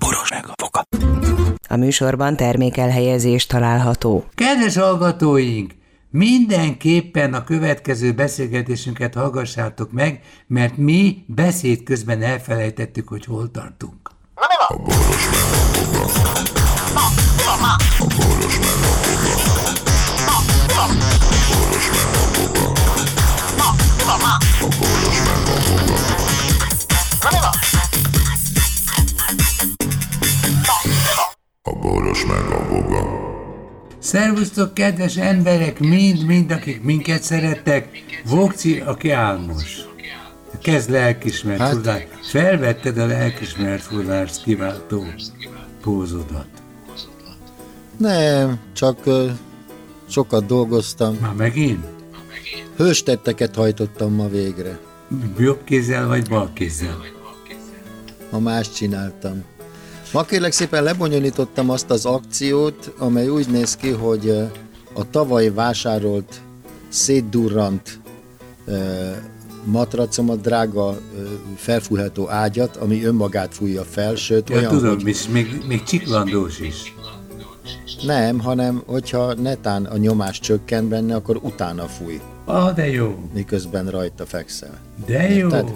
Boros meg a foka. A műsorban termékelhelyezés található. Kedves hallgatóink! Mindenképpen a következő beszélgetésünket hallgassátok meg, mert mi beszéd közben elfelejtettük, hogy hol tartunk. Na mi van? A boros meg a foka. A boros meg a foka. A boros meg a foka. A boros meg a foka. Na mi van? A boros meg a foka. Szervusztok, kedves emberek, mind, akik minket szerettek. Vokci, aki álmos. Kezd lelkismert furlás. Felvetted a lelkismert furlást kiváltó pózodat. Nem, csak sokat dolgoztam. Már megint? Hőstetteket hajtottam ma végre. Jobb kézzel vagy bal kézzel? Ma más csináltam. Ma kérlek szépen lebonyolítottam azt az akciót, amely úgy néz ki, hogy a tavaly vásárolt, szétdurrant matracomat, drága felfújható ágyat, ami önmagát fújja fel, sőt olyan, tudom, hogy... még csiklandós is. Nem, hanem hogyha netán a nyomás csökken benne, akkor utána fúj. De jó. Miközben rajta fekszel. De jó. Érted?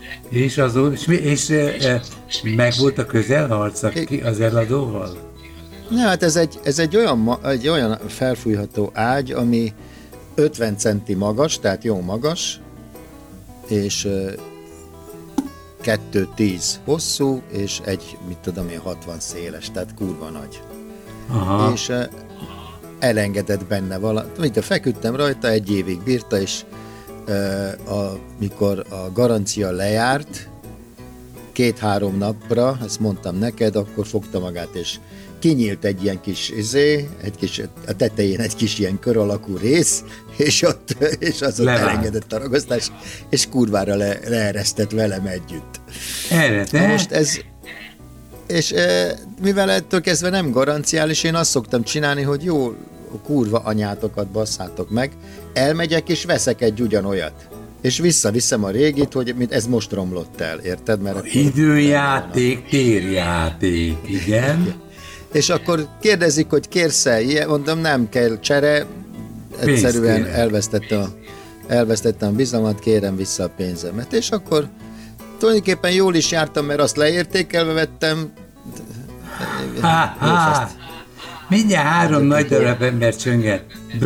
És meg volt a közelharc az eladóval? Ja, hát ez egy olyan felfújható ágy, ami 50 centi magas, tehát jó magas, és 2,10 hosszú, és mit tudom én, 60 széles, tehát kurva nagy. Aha. És elengedett benne valamit. Feküdtem rajta, 1 évig bírta, és mikor a garancia lejárt, 2-3 napra, ezt mondtam neked, akkor fogta magát, és kinyílt egy ilyen kis a tetején egy kis ilyen kör alakú rész, és az ott elengedett a ragasztás, és kurvára leeresztett velem együtt. Erre te? Most és mivel ettől kezdve nem garanciális, én azt szoktam csinálni, hogy jó, a kurva anyátokat basszátok meg, elmegyek és veszek egy ugyanolyat. És visszaviszem a régit, hogy ez most romlott el, érted? Mert időjáték, térjáték, igen. És akkor kérdezik, hogy kérsz-e ilyen, mondom, nem kell csere, egyszerűen elvesztettem a bizalmat, kérem vissza a pénzemet. És akkor tulajdonképpen jól is jártam, mert azt leértékelve vettem. Mindjárt 3 nagy darab ember csönget.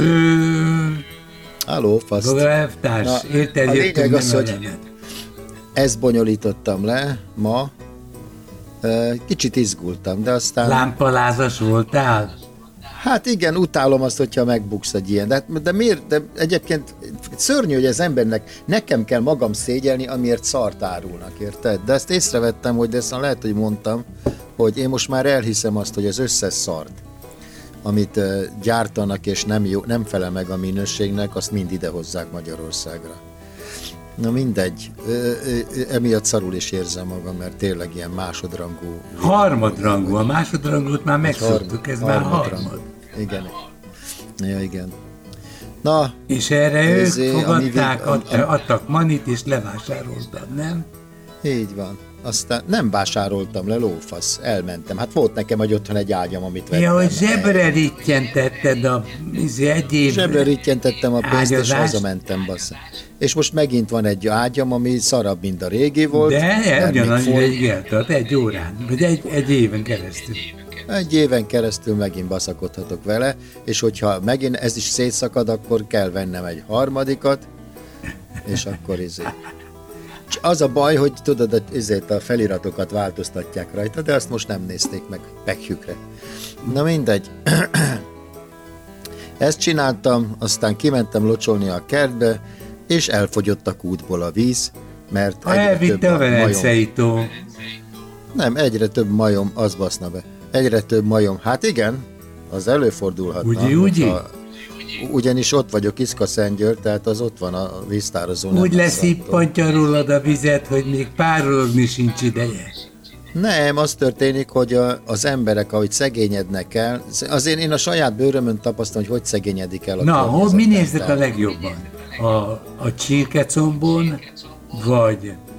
Halló, faszt. Elvtárs, érted, a lényeg az, hogy legyen. ezt bonyolítottam le ma. Kicsit izgultam, de aztán... Lámpalázas voltál? Hát igen, utálom azt, hogyha megbuksz egy ilyen. De miért? De egyébként szörnyű, hogy az embernek nekem kell magam szégyelni, amiért szart árulnak, érted? De ezt észrevettem, hogy ezt lehet, hogy mondtam, hogy én most már elhiszem azt, hogy az összes szart, amit gyártanak és nem felel meg a minőségnek, azt mind ide hozzák Magyarországra. Na mindegy, emiatt szarul is érzem magam, mert tényleg ilyen másodrangú... Harmadrangú, a másodrangút már megszoktuk, ez már harmad. Igen. Ja, igen. Na, és erre ők fogadták, adtak manit és levásároltad, nem? Így van. Aztán nem vásároltam le, lófasz, elmentem. Hát volt nekem otthon egy ágyam, amit vettem. Ja, hogy zsebre rittyentetted egy év... Zsebre rittyentettem a pénzt, és hazamentem, bassza. És most megint van egy ágyam, ami szarabb, mint a régi volt. De ugyanannyi ideig eltart, 1 órán, vagy egy éven keresztül. 1 éven keresztül megint baszakodhatok vele, és hogyha megint ez is szétszakad, akkor kell vennem egy harmadikat, és akkor Az a baj, hogy tudod, ezért a feliratokat változtatják rajta, de azt most nem nézték meg pekhjükre. Na mindegy. Ezt csináltam, aztán kimentem locsolni a kertbe, és elfogyott a kútból a víz, mert elvitte a Velencei tó. Nem, egyre több majom, az baszna be. Egyre több majom. Hát igen, az előfordulhatna. Úgy? Ugyanis ott vagyok, Iszka-Szentgyörgy, tehát az ott van a víztározó. Úgy leszippantja rólad a vizet, hogy még párologni sincs ideje. Nem, az történik, hogy az emberek, ahogy szegényednek el, azért én a saját bőrömön tapasztalom, hogy szegényedik el a környezetet. Mi nézett a legjobban? A csirkecombon, vagy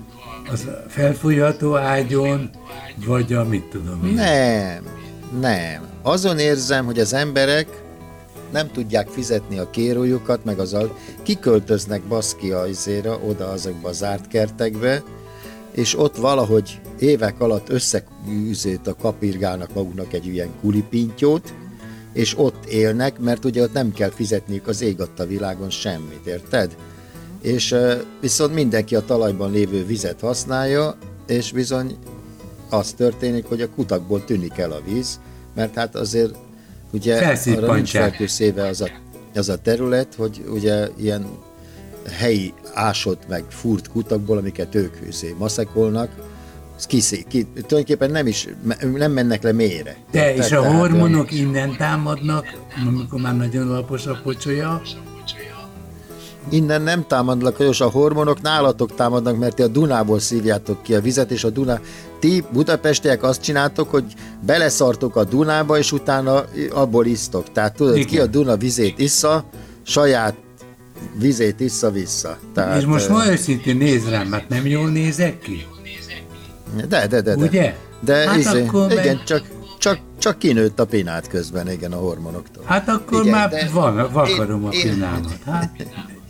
az felfújható ágyon, vagy a mit tudom én. Nem. Azon érzem, hogy az emberek nem tudják fizetni a kérójukat, meg kiköltöznek baszki oda azokba a zárt kertekbe, és ott valahogy évek alatt a kapirgálnak maguknak egy ilyen kulipintyót, és ott élnek, mert ugye ott nem kell fizetniük az ég adta világon semmit, érted? És viszont mindenki a talajban lévő vizet használja, és bizony az történik, hogy a kutakból tűnik el a víz, mert hát azért ugye arra nincs felkészülve az a terület, hogy ugye ilyen helyi ásott meg fúrt kutakból, amiket ők maszekolnak, tulajdonképpen nem mennek le mélyre. És a hormonok innen támadnak, amikor már nagyon alapos a pocsolya? Innen nem támadnak, hogy a hormonok nálatok támadnak, mert ti a Dunából szívjátok ki a vizet, és ti budapestiek azt csináltok, hogy beleszartok a Dunába, és utána abból isztok. Tehát tudod, igen. Ki a Duna vizét issza, saját vizét issza vissza. Tehát, és most ma őszintén nézd rám, mert nem jól nézek ki? De. Ugye? De hát igen, csak kinőtt a pinát közben, igen, a hormonoktól. Hát akkor igen, már vakarom a pinámat. Hát.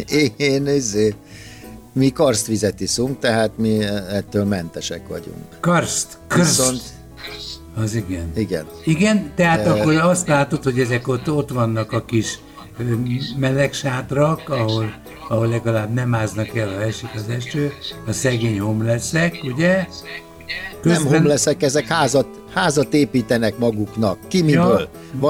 Mi karstvizet iszunk, tehát mi ettől mentesek vagyunk. Karst. Az igen. Igen, tehát akkor azt látod, hogy ezek ott vannak a kis meleg sátrak, ahol legalább nem áznak el, ha esik az eső, a szegény homleszek, ugye? Nem homleszek, ezek házat építenek maguknak. Ki miből?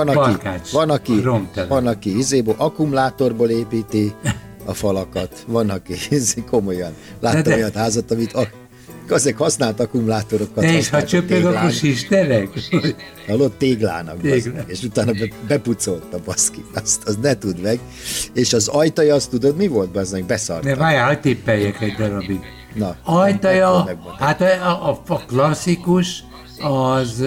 Van, aki akkumulátorból építi a falakat. Van, aki komolyan. Láttam olyan házat, amit ezek használt akkumulátorokat. És ha csöpög, akkor sisterek? Hallott, téglának. És utána bepucolta, baszki. Azt ne tudd meg. És az ajtaja, azt tudod, mi volt? Bazdmeg, beszartam. De várjál, hogy tippeljek egy darabig. Na, ajtaja, hát a klasszikus az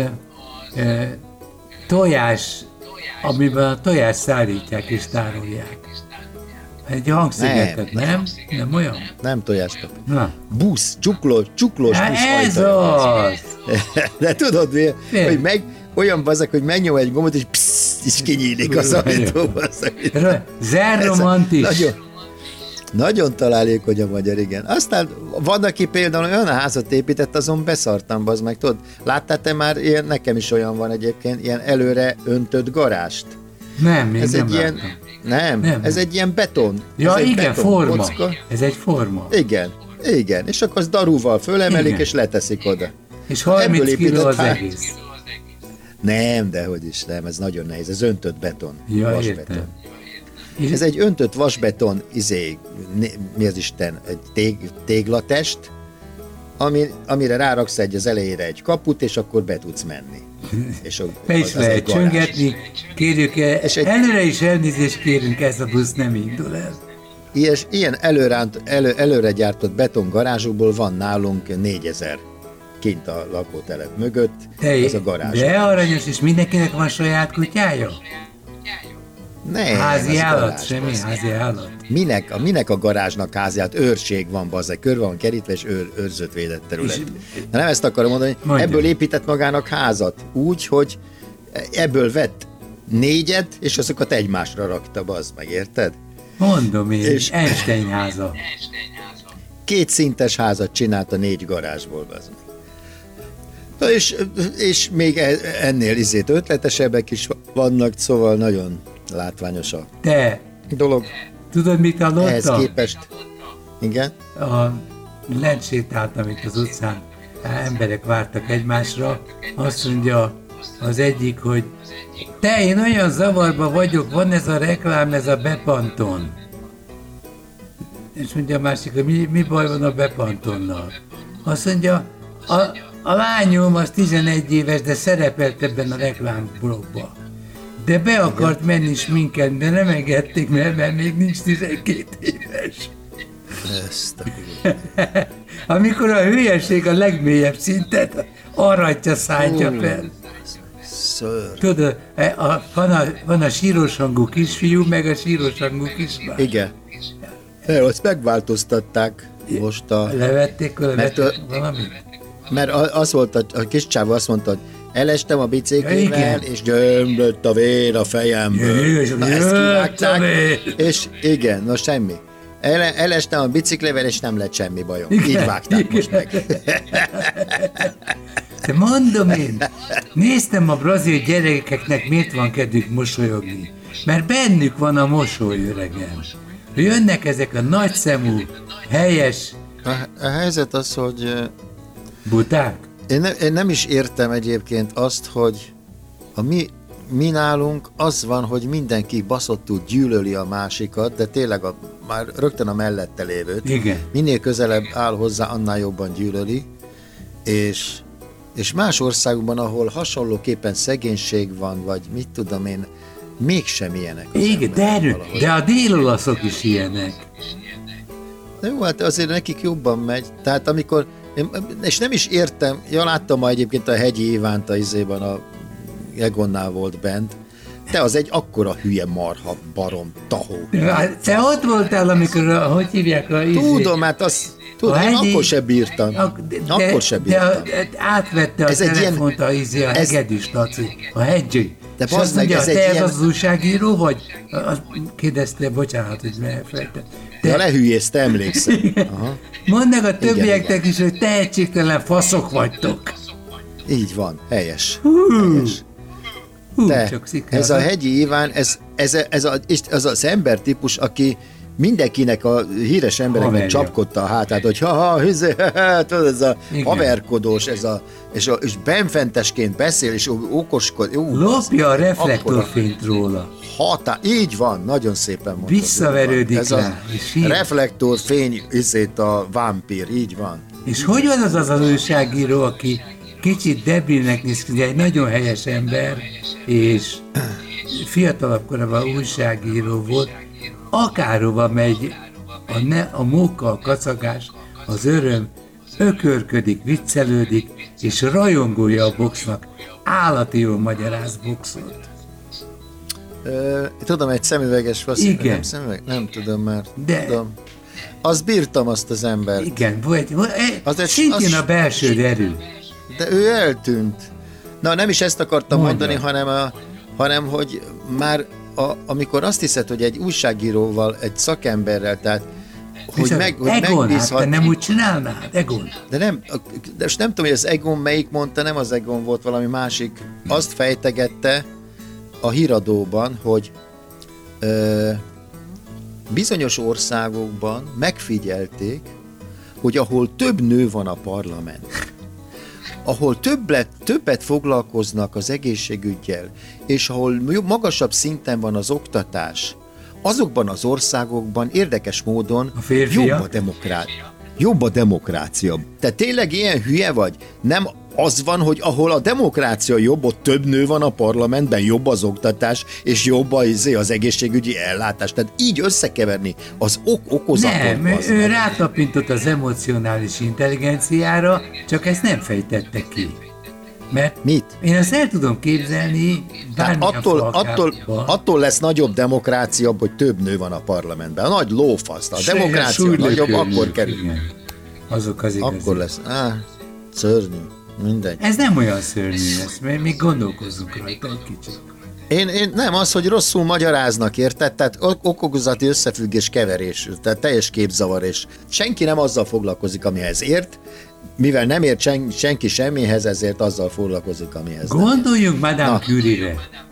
tojás, amiben a tojást szállítják és tárolják. Egy hangszigetet, nem? Nem olyan? Nem tojást. Busz, csuklós busz ez ajtaja. Az! De tudod mi? Hogy olyan bazak, hogy megnyom egy gombot, és és kinyílik az ajtó. Zerromantis. Nagyon találékony a magyar, igen. Aztán van, aki például olyan házat épített, azon beszartam, bazd meg, tudod. Láttál te már, nekem is olyan van egyébként, ilyen előre öntött garást. Nem, még ez nem egy ilyen, nem, ez egy ilyen beton. Ja, ez igen, forma. Kocka. Ez egy forma. Igen, és akkor az darúval fölemelik, igen. És leteszik oda. És 30 kiló az egész. Nem, dehogy is nem, ez nagyon nehéz, ez öntött beton. Ja, vasbeton. Ez egy öntött vasbeton, mi az Isten, egy téglatest, amire ráraksz az elejére egy kaput, és akkor be tudsz menni. És be is lehet csöngetni, kérjük el, előre is elnézést kérünk, ez a busz nem indul el. Ilyen előre gyártott betongarázsokból van nálunk 4000 kint a lakótelep mögött, ez a garázs. De aranyos, és mindenkinek van saját kutyája? Nem, házi állat, semmi házi állat. Minek a garázsnak házi állat? Őrség van, bazzeg, körbe van kerítve, és őrzött védett terület. De nem ezt akarom mondani, ebből épített magának házat, úgy, hogy ebből vett 4, és azokat egymásra rakta, bazd meg, érted? Mondom én, és Einstein háza. 2 szintes házat csinált a 4 garázsból, bazd meg. És még ennél ötletesebbek is vannak, szóval nagyon látványos a dolog. Tudod, mit hallottam? Ehhez képest. Igen? Lesétáltam itt az utcán, emberek vártak egymásra, azt mondja az egyik, hogy te, én olyan zavarba vagyok, van ez a reklám, ez a Bepanton. És mondja a másik, hogy mi baj van a Bepantonnal? Azt mondja, a lányom az 11 éves, de szerepelt ebben a reklámblogban. De be akart menni sminkelni, de nem engedték, mert még nincs 12 éves. Amikor a hülyeség a legmélyebb szintet arratja szállja fel. Tudod, van a síros hangú kisfiú, meg a síros hangú kislány. Igen. Azt megváltoztatták. most Levették valamit? Mert az volt, a kis csávó azt mondta, hogy elestem a biciklivel, és gyömbött a vér a fejemből. Ezt kivágták, és igen, no semmi. Elestem a biciklivel, és nem lett semmi bajom. Igen, így vágták most meg. De mondom én, néztem a brazil gyerekeknek, miért van kedvük mosolyogni. Mert bennük van a mosoly, öregem. Jönnek ezek a nagyszemú, helyes... A helyzet az, hogy... Buták? Én nem is értem egyébként azt, hogy mi nálunk az van, hogy mindenki baszottul gyűlöli a másikat, de tényleg már rögtön a mellette lévőt. Igen. Minél közelebb áll hozzá, annál jobban gyűlöli. És más országokban, ahol hasonlóképpen szegénység van, vagy mit tudom én, mégsem ilyenek. Igen, de a dél-olaszok is ilyenek. De jó, hát azért nekik jobban megy. Tehát amikor, és nem is értem, láttam ma egyébként a Hegyi Ivánt a izében, a Egonnál volt bent, te az egy akkora hülye marha, barom, tahó. Te ott voltál, amikor, hogy hívják a izé? Tudom, hát azt... Tudom, én akkor se bírtam. De átvette a telefont a hegedűs Laci, a Hegyi. De és azt mondja, te ilyen... az újságíró vagy? Kérdezte, bocsánat, hogy elfelejtettem. Ja, lehülyézte, emlékszem. Aha. Mondd meg a többieknek is, hogy tehetségtelen faszok vagytok. Így van, helyes. Helyes. De ez a Hegyi Iván, ez az embertípus, aki mindenkinek a híres embereknek csapkodta a hátát, hogy tudod, ez a haverkodós, és benfentesként beszél, és okoskod. Lopja a reflektorfényt róla. Így van, nagyon szépen mondtad. Visszaverődik ez rá. A reflektorfény, a vámpír, így van. És hogy van az újságíró, aki kicsit debilnek néz ki, egy nagyon helyes ember, és fiatalabb korában újságíró volt, akárhova megy a móka, a kacagás, az öröm, ökörködik, viccelődik, és rajongója a boxnak, állati jól magyaráz boxot. Tudom, egy szemüveges fasz. Igen. Nem tudom már. De... Tudom. Azt bírtam, azt az embert. Igen, szintén a belső erő. De ő eltűnt. Na, nem is ezt akartam mondani, hanem hogy már amikor azt hiszed, hogy egy újságíróval, egy szakemberrel, tehát hogy Egon, megbízhat... Hát te nem úgy csinálnád, Egon. De most nem tudom, hogy az Egon melyik mondta, nem az Egon volt, valami másik. Azt fejtegette a híradóban, hogy bizonyos országokban megfigyelték, hogy ahol több nő van a parlament, ahol többet foglalkoznak az egészségüggyel, és ahol magasabb szinten van az oktatás, azokban az országokban érdekes módon jobb a demokrácia. Te tényleg ilyen hülye vagy? Nem az van, hogy ahol a demokrácia jobb, ott több nő van a parlamentben, jobb az oktatás, és jobb az egészségügyi ellátás. Tehát így összekeverni az okozatot. Nem, ő rátapintott az emocionális intelligenciára, csak ezt nem fejtette ki. Mert mit? Én azt el tudom képzelni bármilyen attól lesz nagyobb demokrácia, hogy több nő van a parlamentben. A nagy lófasz, a demokrácia nagyobb, akkor kerül. Igen. Azok az igazi. Akkor lesz. Szörnyű. Mindegy. Ez nem olyan szörnyű, ezt még gondolkozzunk rajta egy kicsit. Én nem, az, hogy rosszul magyaráznak, érted? Tehát okokozati összefüggés, keverés, tehát teljes képzavar, és senki nem azzal foglalkozik, amihez ért, mivel nem ért senki semmihez, ezért azzal foglalkozik, amihez nem ért. Gondoljunk Madame Curie-re.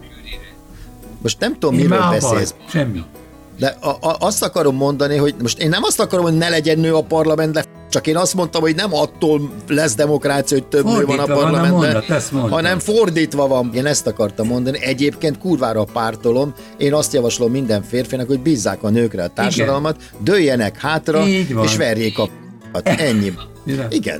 Most nem tudom, miről beszélsz. Semmi. De azt akarom mondani, hogy most én nem azt akarom, hogy ne legyen nő a parlamentben, csak én azt mondtam, hogy nem attól lesz demokrácia, hogy több nő van a parlamentben, hanem fordítva van. Én ezt akartam mondani. Egyébként kurvára pártolom, én azt javaslom minden férfinak, hogy bízzák a nőkre a társadalmat, dőljenek hátra, és verjék a ennyi. Igen.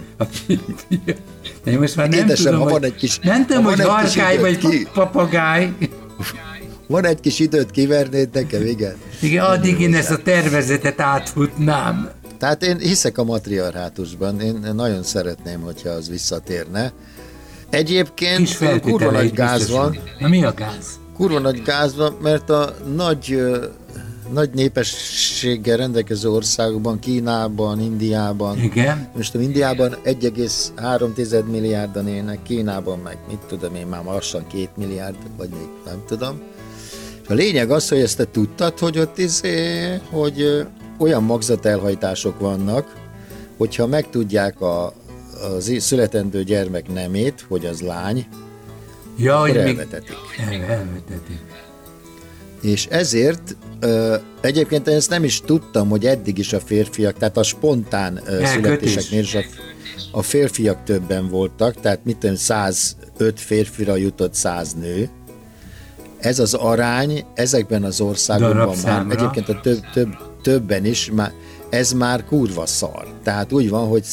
Én most már nem édesem, tudom, van egy kis, nem tudom, hogy harkály vagy papagáj. Van egy kis időt kivernéd nekem, igen. Igen, addig én ezt a tervezetet átfutnám. Tehát én hiszek a matriarhátusban, én nagyon szeretném, hogyha az visszatérne. Egyébként kurva nagy gáz van. Na mi a gáz? Kurva nagy gáz van, mert a nagy nagy népességgel rendelkező országokban, Kínában, Indiában. Igen. Most Indiában 1,3 milliárdan élnek, Kínában meg, mit tudom én, már lassan 2 milliárd, vagy még nem tudom. A lényeg az, hogy ezt te tudtad, hogy ott hogy olyan magzatelhajtások vannak, hogyha megtudják a születendő gyermek nemét, hogy az lány, akkor elvetetik. Elvetetik. És ezért egyébként ezt nem is tudtam, hogy eddig is a férfiak, tehát a spontán születéseknél is a férfiak többen voltak, tehát mit tudom, 105 férfira jutott 100 nő. Ez az arány ezekben az országokban már, egyébként a többen is, ez már kurva szar. Tehát úgy van, hogy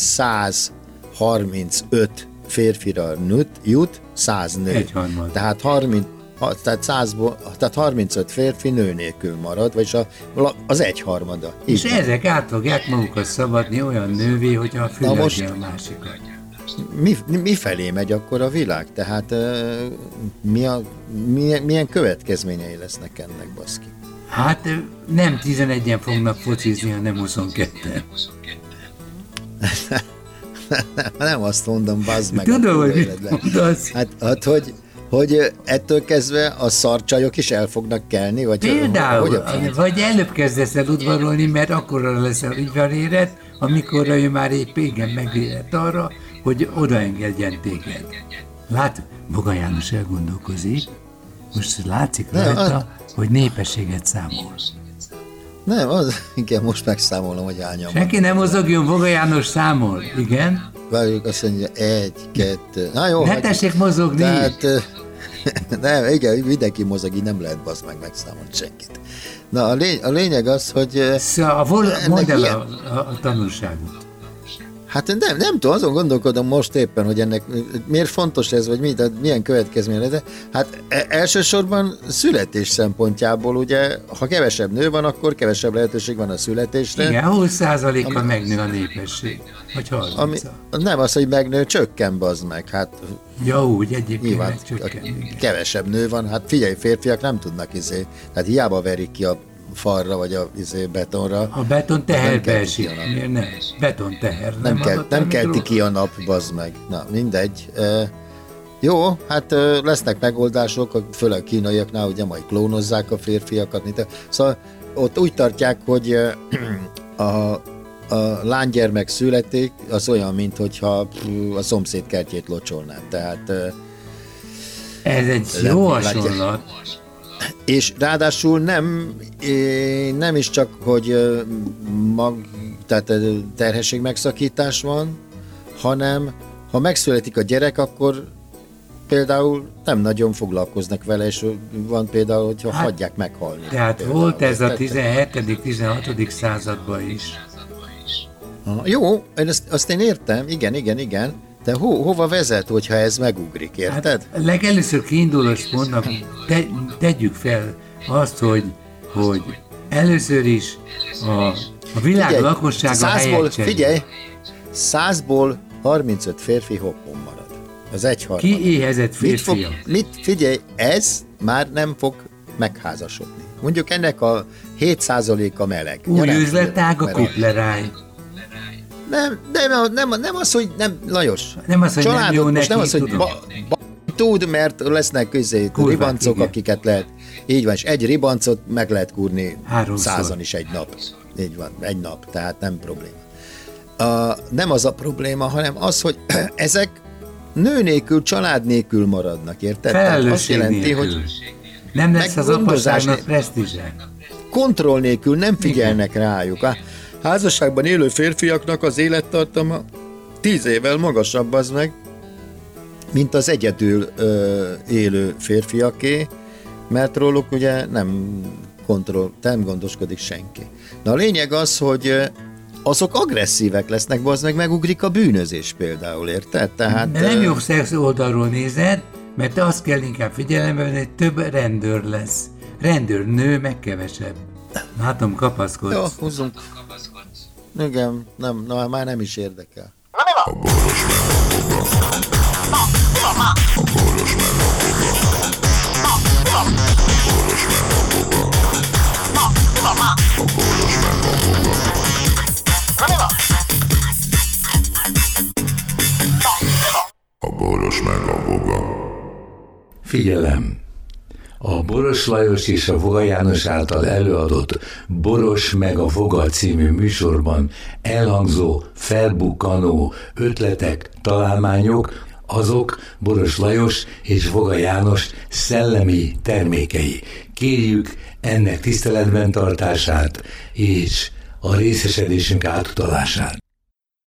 135 férfira jut, 100 nő. Egyharmad. Tehát 35 férfi nő nélkül marad, vagyis az egyharmada. És ezek át fogják magukat szabadni olyan nővé, hogyha fülelje a másikat. Mi felé megy akkor a világ? Tehát milyen következményei lesznek ennek, baszki? Hát nem 11-en fognak focizni, hanem 22-en. Nem azt mondom, bazd meg. Tudom, hogy mit mondasz. Hát hogy ettől kezdve a szarcsajok is el fognak kelni? Vagy például, vagy előbb kezdesz el udvarolni, mert akkorra leszel udvaréret, amikorra ő már épp igen megérett arra, hogy odaengedjen téged. Látod, Boga János elgondolkozik, most látszik rajta, hogy népességet számol. Nem, igen, most megszámolom, hogy hányan. Senki nem mozogjon, Boga János számol, igen? Várjuk, azt mondja, 1, 2... Na jó, ne tessék mozogni! Tehát, nem, igen, mindenki mozog, így nem lehet basz meg megszámolni senkit. Na, a lényeg az, hogy... Szóval mondd el a tanulságot. Hát nem tudom, azon gondolkodom most éppen, hogy ennek miért fontos ez, vagy milyen következménye, de hát elsősorban születés szempontjából, ugye, ha kevesebb nő van, akkor kevesebb lehetőség van a születésre. Igen, 20%-kal megnő a népesség, vagy 30%. Nem az, hogy megnő, csökken, bazd meg, hát... Ja, úgy, egyébként csökken. Kevesebb nő van, hát figyelj, férfiak nem tudnak tehát hiába verik ki a falra, vagy a betonra. A beton teherbe esik. Miért nem? Beton teher. Nem kelti ki a nap, bazd meg. Na, mindegy. Jó, hát lesznek megoldások, főleg a kínaiaknál, ugye majd klónozzák a férfiakat. Szóval ott úgy tartják, hogy a lánygyermek születik, az olyan, mint hogyha a szomszéd kertjét locsolnád. Tehát... Ez egy jó hasonlat. És ráadásul nem is csak, hogy tehát terhesség megszakítás van, hanem ha megszületik a gyerek, akkor például nem nagyon foglalkoznak vele, és van például, hogyha hagyják meghalni. Tehát például. Volt ez a 17.-16. században is. Jó, azt én értem, igen. De hova vezet, hogyha ez megugrik, érted? Hát legelőször kiindulós pontnak tegyük fel azt, hogy először is a világ lakossága helyet cserél. Figyelj, 100-ból 35 férfi hoppon marad. Az egyharmad. Kiéhezett férfiak. Figyelj, ez már nem fog megházasodni. Mondjuk ennek a 7%-a meleg. Új üzletág a kupleráj. Nem az, hogy nem, Lajos. Nem az, hogy nem jó neki, nem az, hogy tud, mert lesznek ribancok, igen. Akiket lehet. Így van, és egy ribancot meg lehet kúrni 100-an is egy nap. Így van, egy nap, tehát nem probléma. Nem az a probléma, hanem az, hogy ezek nő nélkül, család nélkül maradnak, érted? Felelősség jelenti, nélkül. Hogy nem lesz az apaságnak presztízse. Kontroll nélkül nem figyelnek rájuk. A házasságban élő férfiaknak az élettartama 10 évvel magasabb az meg, mint az egyedül élő férfiaké, mert róluk ugye nem gondoskodik senki. Na a lényeg az, hogy azok agresszívek lesznek, az megugrik a bűnözés például, érted? Tehát, de nem jó szex oldalról nézed, mert azt kell inkább figyelembe venni, hogy több rendőr lesz. Rendőrnő meg kevesebb. Látom, kapaszkodsz. Jó, húzzunk. Igen, már nem is érdekel. A boros meg a boga. A boros meg a boga. A boros meg a boga. Figyelem! A Boros Lajos és a Foga János által előadott Boros meg a Foga című műsorban elhangzó, felbukkanó ötletek, találmányok, azok Boros Lajos és Foga János szellemi termékei. Kérjük ennek tiszteletben tartását és a részesedésünk átutalását.